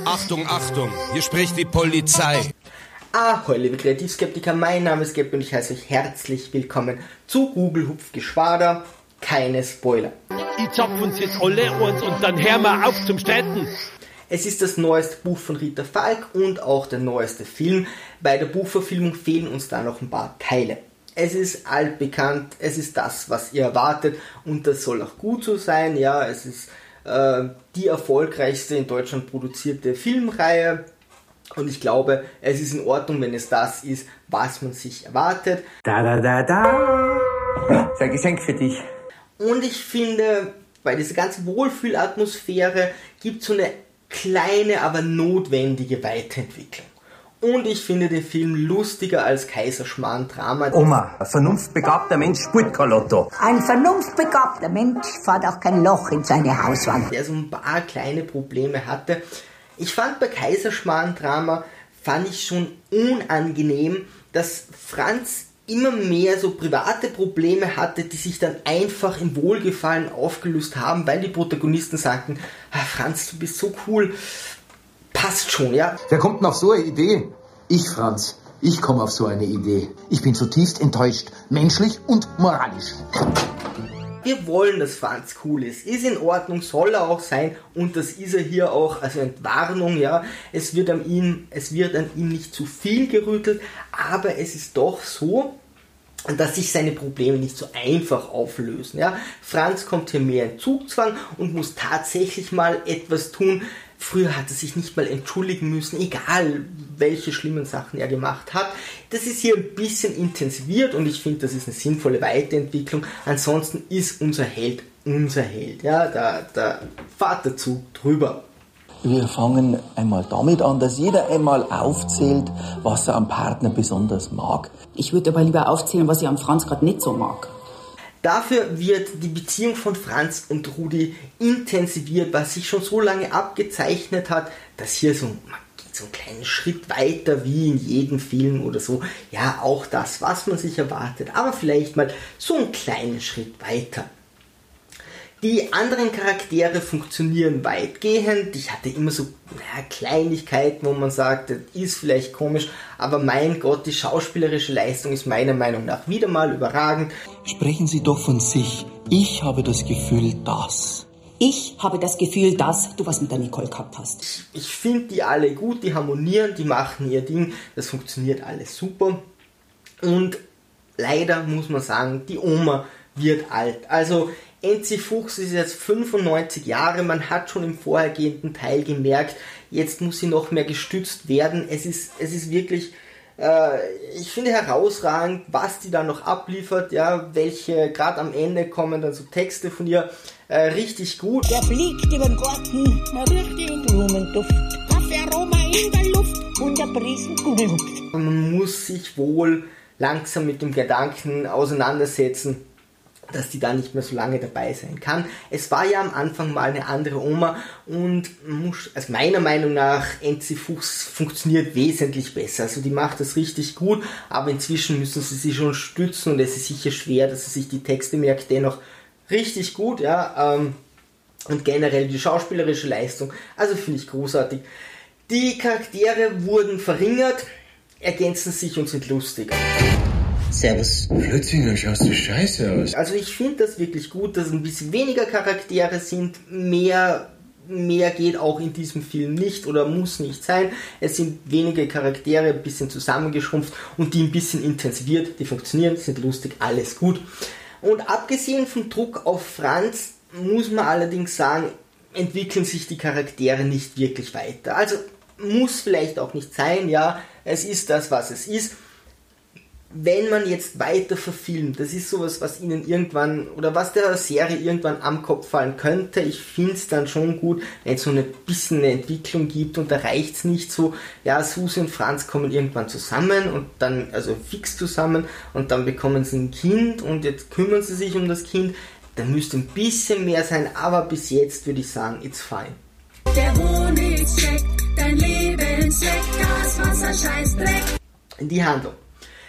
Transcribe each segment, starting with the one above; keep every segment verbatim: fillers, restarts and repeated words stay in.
Achtung, Achtung, hier spricht die Polizei. Ahoi, liebe Kreativskeptiker, mein Name ist Gepp und ich heiße euch herzlich willkommen zu Google Hupfgeschwader. Keine Spoiler. Ich zapf uns jetzt alle eins und dann hören wir auf zum Streiten. Es ist das neueste Buch von Rita Falk und auch der neueste Film. Bei der Buchverfilmung fehlen uns da noch ein paar Teile. Es ist altbekannt, es ist das, was ihr erwartet und das soll auch gut so sein. Ja, es ist äh, die erfolgreichste in Deutschland produzierte Filmreihe und ich glaube, es ist in Ordnung, wenn es das ist, was man sich erwartet. Da da da da. Das ist ein Geschenk für dich. Und ich finde, bei dieser ganzen Wohlfühlatmosphäre gibt es so eine kleine, aber notwendige Weiterentwicklung. Und ich finde den Film lustiger als Kaiserschmarrn-Drama. Oma, ein vernunftbegabter Mensch spielt kein Lotto. Ein vernunftbegabter Mensch fährt auch kein Loch in seine Hauswand. Der so ein paar kleine Probleme hatte. Ich fand bei Kaiserschmarrn-Drama, fand ich schon unangenehm, dass Franz immer mehr so private Probleme hatte, die sich dann einfach im Wohlgefallen aufgelöst haben, weil die Protagonisten sagten, ah, Franz, du bist so cool, passt schon, ja. Wer kommt denn auf so eine Idee? Ich, Franz. Ich komme auf so eine Idee. Ich bin zutiefst enttäuscht, menschlich und moralisch. Wir wollen, dass Franz cool ist. Ist in Ordnung, soll er auch sein und das ist er hier auch, also Entwarnung, ja. Es wird an ihm, es wird an ihm nicht zu viel gerüttelt, aber es ist doch so, dass sich seine Probleme nicht so einfach auflösen, ja. Franz kommt hier mehr in Zugzwang und muss tatsächlich mal etwas tun. Früher hat er sich nicht mal entschuldigen müssen, egal welche schlimmen Sachen er gemacht hat. Das ist hier ein bisschen intensiviert und ich finde, das ist eine sinnvolle Weiterentwicklung. Ansonsten ist unser Held unser Held, ja, der, der Vaterzug drüber. Wir fangen einmal damit an, dass jeder einmal aufzählt, was er am Partner besonders mag. Ich würde aber lieber aufzählen, was ich am Franz gerade nicht so mag. Dafür wird die Beziehung von Franz und Rudi intensiviert, was sich schon so lange abgezeichnet hat, dass hier so, man geht so einen kleinen Schritt weiter wie in jedem Film oder so. Ja, auch das, was man sich erwartet, aber vielleicht mal so einen kleinen Schritt weiter. Die anderen Charaktere funktionieren weitgehend. Ich hatte immer so naja, Kleinigkeiten, wo man sagt, das ist vielleicht komisch, aber mein Gott, die schauspielerische Leistung ist meiner Meinung nach wieder mal überragend. Sprechen Sie doch von sich. Ich habe das Gefühl, dass... Ich habe das Gefühl, dass du was mit der Nicole gehabt hast. Ich, ich finde die alle gut, die harmonieren, die machen ihr Ding, das funktioniert alles super. Und leider muss man sagen, die Oma wird alt. Also Enzi Fuchs ist jetzt fünfundneunzig Jahre, man hat schon im vorhergehenden Teil gemerkt, jetzt muss sie noch mehr gestützt werden. Es ist, es ist wirklich, äh, ich finde herausragend, was die da noch abliefert, ja, welche, gerade am Ende kommen dann so Texte von ihr, äh, richtig gut. Der fliegt über den Garten, man riecht den Blumenduft, Kaffeearoma in der Luft und der Briesen Kugelhupf. Man muss sich wohl langsam mit dem Gedanken auseinandersetzen, dass die da nicht mehr so lange dabei sein kann. Es war ja am Anfang mal eine andere Oma und muss, also meiner Meinung nach, Enzi Fuchs funktioniert wesentlich besser. Also die macht das richtig gut, aber inzwischen müssen sie sich schon stützen und es ist sicher schwer, dass sie sich die Texte merkt. Dennoch richtig gut, ja, ähm, und generell die schauspielerische Leistung, also finde ich großartig. Die Charaktere wurden verringert, ergänzen sich und sind lustig. Servus. Plötzlich schaust du scheiße aus. Also ich finde das wirklich gut, dass es ein bisschen weniger Charaktere sind, mehr, mehr geht auch in diesem Film nicht oder muss nicht sein. Es sind wenige Charaktere, ein bisschen zusammengeschrumpft und die ein bisschen intensiviert, die funktionieren, sind lustig, alles gut. Und abgesehen vom Druck auf Franz, muss man allerdings sagen, entwickeln sich die Charaktere nicht wirklich weiter. Also muss vielleicht auch nicht sein, ja, es ist das, was es ist. Wenn man jetzt weiter verfilmt, das ist sowas, was ihnen irgendwann, oder was der Serie irgendwann am Kopf fallen könnte, ich finde es dann schon gut, wenn es so ein bisschen eine Entwicklung gibt und da reicht es nicht so, ja, Susi und Franz kommen irgendwann zusammen und dann, also fix zusammen und dann bekommen sie ein Kind und jetzt kümmern sie sich um das Kind, da müsste ein bisschen mehr sein, aber bis jetzt würde ich sagen, it's fine. Der Honig schmeckt, dein Leben schmeckt, das Wasser scheiß Dreck. In die Handlung.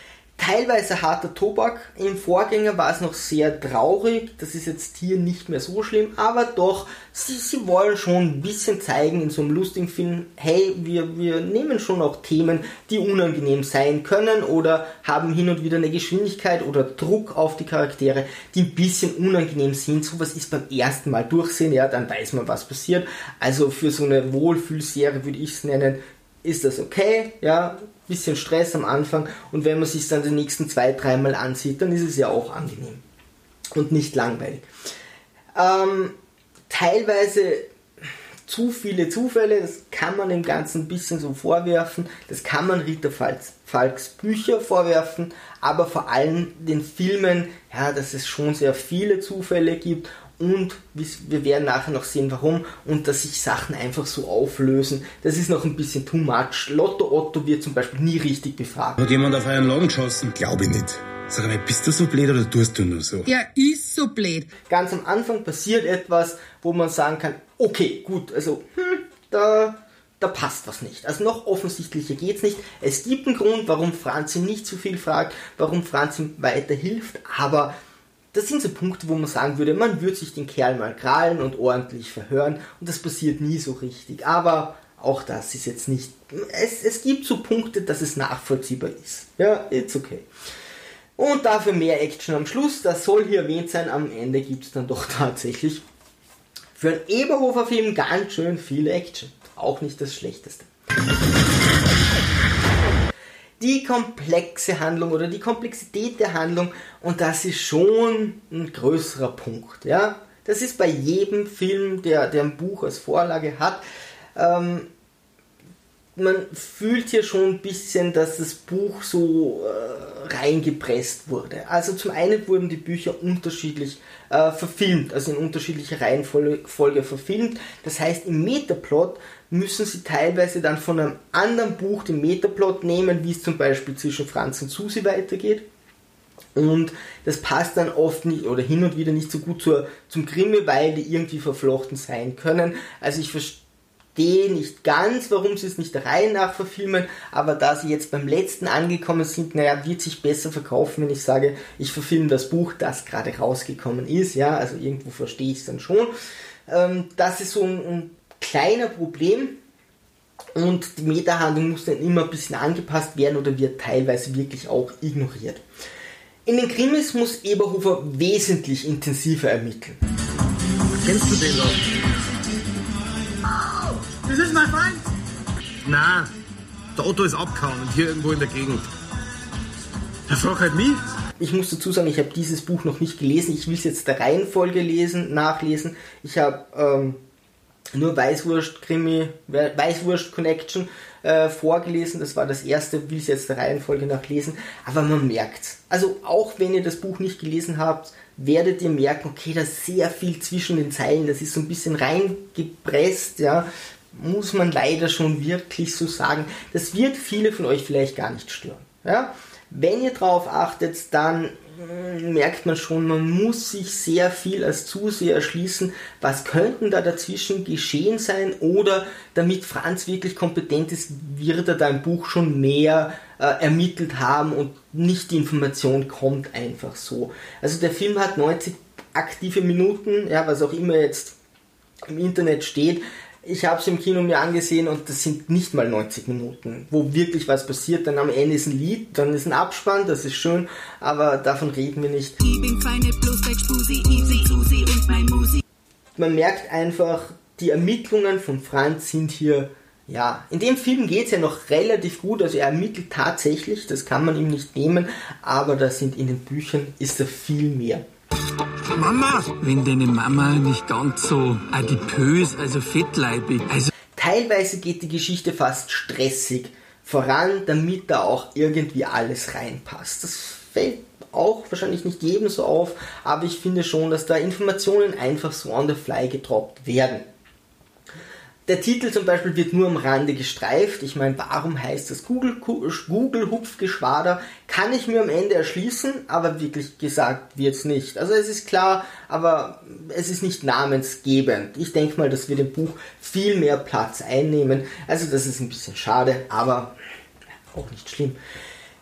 teilweise harter Tobak. Im Vorgänger war es noch sehr traurig, das ist jetzt hier nicht mehr so schlimm, aber doch, sie, sie wollen schon ein bisschen zeigen in so einem lustigen Film, hey, wir, wir nehmen schon auch Themen, die unangenehm sein können oder haben hin und wieder eine Geschwindigkeit oder Druck auf die Charaktere, die ein bisschen unangenehm sind. Sowas ist beim ersten Mal durchsehen, ja, dann weiß man, was passiert. Also für so eine Wohlfühlserie würde ich es nennen, ist das okay, ja, bisschen Stress am Anfang und wenn man sich dann die nächsten zwei, dreimal ansieht, dann ist es ja auch angenehm und nicht langweilig. Ähm, teilweise zu viele Zufälle, das kann man dem Ganzen ein bisschen so vorwerfen, das kann man Rita Falks, Falks Bücher vorwerfen, aber vor allem den Filmen, ja, dass es schon sehr viele Zufälle gibt. Und wir werden nachher noch sehen, warum, und dass sich Sachen einfach so auflösen. Das ist noch ein bisschen too much. Lotto Otto wird zum Beispiel nie richtig befragt. Hat jemand auf euren Laden geschossen? Glaube ich nicht. Sag einmal, bist du so blöd oder tust du nur so? Er ist so blöd. Ganz am Anfang passiert etwas, wo man sagen kann, okay, gut, also hm, da, da passt was nicht. Also noch offensichtlicher geht's nicht. Es gibt einen Grund, warum Franzi nicht zu viel fragt, warum Franzi weiterhilft, aber das sind so Punkte, wo man sagen würde, man würde sich den Kerl mal krallen und ordentlich verhören und das passiert nie so richtig. Aber auch das ist jetzt nicht... Es, es gibt so Punkte, dass es nachvollziehbar ist. Ja, it's okay. Und dafür mehr Action am Schluss. Das soll hier erwähnt sein. Am Ende gibt es dann doch tatsächlich für einen Eberhofer-Film ganz schön viel Action. Auch nicht das Schlechteste. Die komplexe Handlung oder die Komplexität der Handlung, und das ist schon ein größerer Punkt. Ja? Das ist bei jedem Film, der, der ein Buch als Vorlage hat. Ähm, man fühlt hier schon ein bisschen, dass das Buch so äh, reingepresst wurde. Also zum einen wurden die Bücher unterschiedlich äh, verfilmt, also in unterschiedlicher Reihenfolge verfilmt. Das heißt, im Metaplot müssen sie teilweise dann von einem anderen Buch den Metaplot nehmen, wie es zum Beispiel zwischen Franz und Susi weitergeht. Und das passt dann oft nicht oder hin und wieder nicht so gut zur, zum Krimi, weil die irgendwie verflochten sein können. Also ich verstehe nicht ganz, warum sie es nicht der Reihe nach verfilmen, aber da sie jetzt beim letzten angekommen sind, naja, wird sich besser verkaufen, wenn ich sage, ich verfilme das Buch, das gerade rausgekommen ist. Ja, also irgendwo verstehe ich es dann schon. Ähm, das ist so ein, ein kleiner Problem und die Metahandlung muss dann immer ein bisschen angepasst werden oder wird teilweise wirklich auch ignoriert. In den Krimis muss Eberhofer wesentlich intensiver ermitteln. Kennst du den noch? Das ist mein Feind! Na, der Otto ist abgehauen und hier irgendwo in der Gegend. Er fragt halt mich. Ich muss dazu sagen, ich habe dieses Buch noch nicht gelesen. Ich will es jetzt der Reihenfolge lesen, nachlesen. Ich habe ähm, nur Weißwurst-Krimi, Weißwurst-Connection äh, vorgelesen. Das war das erste, will ich jetzt der Reihenfolge nachlesen. Aber man merkt's. Also auch wenn ihr das Buch nicht gelesen habt, werdet ihr merken, okay, da ist sehr viel zwischen den Zeilen. Das ist so ein bisschen reingepresst, ja. Muss man leider schon wirklich so sagen. Das wird viele von euch vielleicht gar nicht stören. Ja? Wenn ihr darauf achtet, dann merkt man schon, man muss sich sehr viel als Zuseher erschließen, was könnten da dazwischen geschehen sein, oder damit Franz wirklich kompetent ist, wird er da im Buch schon mehr äh, ermittelt haben und nicht die Information kommt einfach so. Also der Film hat neunzig aktive Minuten, ja, was auch immer jetzt im Internet steht. Ich habe es im Kino mir angesehen und das sind nicht mal neunzig Minuten, wo wirklich was passiert. Dann am Ende ist ein Lied, dann ist ein Abspann, das ist schön, aber davon reden wir nicht. Ich bin feine Bloßberg, Spusi, Easy, Susi und mein Musi. Man merkt einfach, die Ermittlungen von Franz sind hier, ja, in dem Film geht es ja noch relativ gut, also er ermittelt tatsächlich, das kann man ihm nicht nehmen, aber da sind in den Büchern ist da viel mehr. Mama! Wenn deine Mama nicht ganz so adipös, also fettleibig, also... Teilweise geht die Geschichte fast stressig voran, damit da auch irgendwie alles reinpasst. Das fällt auch wahrscheinlich nicht jedem so auf, aber ich finde schon, dass da Informationen einfach so on the fly gedroppt werden. Der Titel zum Beispiel wird nur am Rande gestreift. Ich meine, warum heißt das Google, Google Hupfgeschwader? Kann ich mir am Ende erschließen, aber wirklich gesagt wird es nicht. Also es ist klar, aber es ist nicht namensgebend. Ich denke mal, das wird im Buch viel mehr Platz einnehmen. Also das ist ein bisschen schade, aber auch nicht schlimm.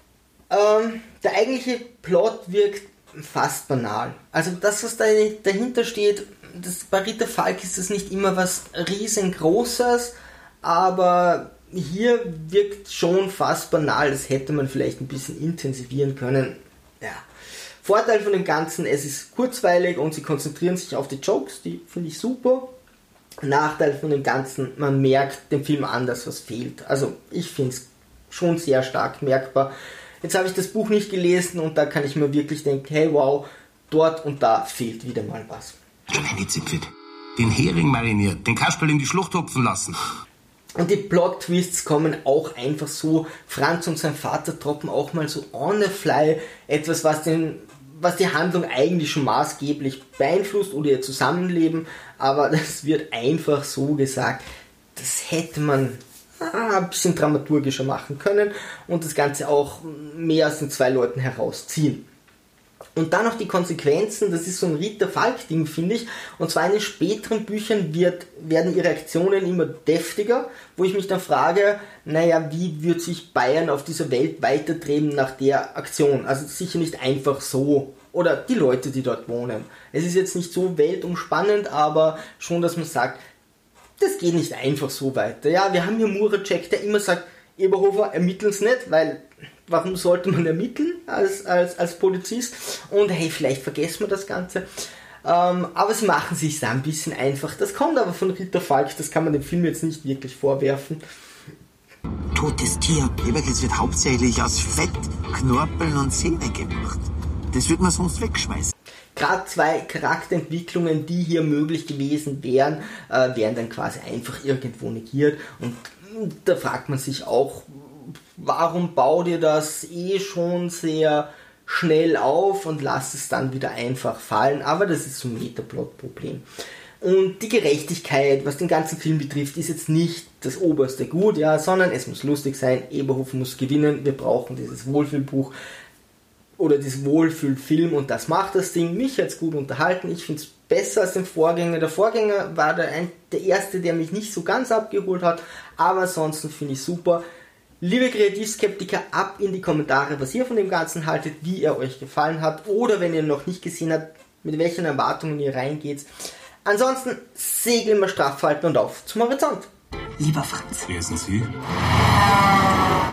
Ähm, der eigentliche Plot wirkt fast banal. Also das, was da dahinter steht, das, bei Rita Falk ist das nicht immer was riesengroßes, aber hier wirkt schon fast banal, das hätte man vielleicht ein bisschen intensivieren können. Ja. Vorteil von dem Ganzen, es ist kurzweilig und sie konzentrieren sich auf die Jokes, die finde ich super. Nachteil von dem Ganzen, man merkt dem Film an, dass was fehlt. Also ich finde es schon sehr stark merkbar. Jetzt habe ich das Buch nicht gelesen und da kann ich mir wirklich denken, hey wow, dort und da fehlt wieder mal was. Reingezipfelt. Den Hering mariniert, den Kasperl in die Schlucht hupfen lassen. Und die Plot-Twists kommen auch einfach so. Franz und sein Vater droppen auch mal so on the fly etwas, was, den, was die Handlung eigentlich schon maßgeblich beeinflusst oder ihr Zusammenleben. Aber das wird einfach so gesagt. Das hätte man ah, ein bisschen dramaturgischer machen können und das Ganze auch mehr aus den zwei Leuten herausziehen. Und dann noch die Konsequenzen, das ist so ein Rita Falk-Ding, finde ich. Und zwar in den späteren Büchern wird, werden ihre Aktionen immer deftiger, wo ich mich dann frage, naja, wie wird sich Bayern auf dieser Welt weitertreiben nach der Aktion? Also sicher nicht einfach so. Oder die Leute, die dort wohnen. Es ist jetzt nicht so weltumspannend, aber schon, dass man sagt, das geht nicht einfach so weiter. Ja, wir haben hier Muracek, der immer sagt, Eberhofer, ermitteln's nicht, weil warum sollte man ermitteln als, als, als Polizist? Und hey, vielleicht vergessen wir das Ganze. Ähm, aber sie machen sich ein bisschen einfach. Das kommt aber von Rita Falk, das kann man dem Film jetzt nicht wirklich vorwerfen. Totes Tier. Leberkäse wird hauptsächlich aus Fett, Knorpeln und Sehne gemacht. Das wird man sonst wegschmeißen. Gerade zwei Charakterentwicklungen, die hier möglich gewesen wären, äh, werden dann quasi einfach irgendwo negiert. Und da fragt man sich auch, warum baut ihr das eh schon sehr schnell auf und lasst es dann wieder einfach fallen? Aber das ist so ein Metaplot-Problem. Und die Gerechtigkeit, was den ganzen Film betrifft, ist jetzt nicht das oberste Gut, ja, sondern es muss lustig sein, Eberhofer muss gewinnen, wir brauchen dieses Wohlfühlbuch oder dieses Wohlfühlfilm und das macht das Ding. Mich hat es gut unterhalten, ich finde es besser als den Vorgänger. Der Vorgänger war der, ein, der erste, der mich nicht so ganz abgeholt hat, aber ansonsten finde ich super. Liebe Kreativskeptiker, ab in die Kommentare, was ihr von dem Ganzen haltet, wie er euch gefallen hat oder wenn ihr noch nicht gesehen habt, mit welchen Erwartungen ihr reingeht. Ansonsten segeln wir straff halten und auf zum Horizont. Lieber Franz. Wer sind Sie?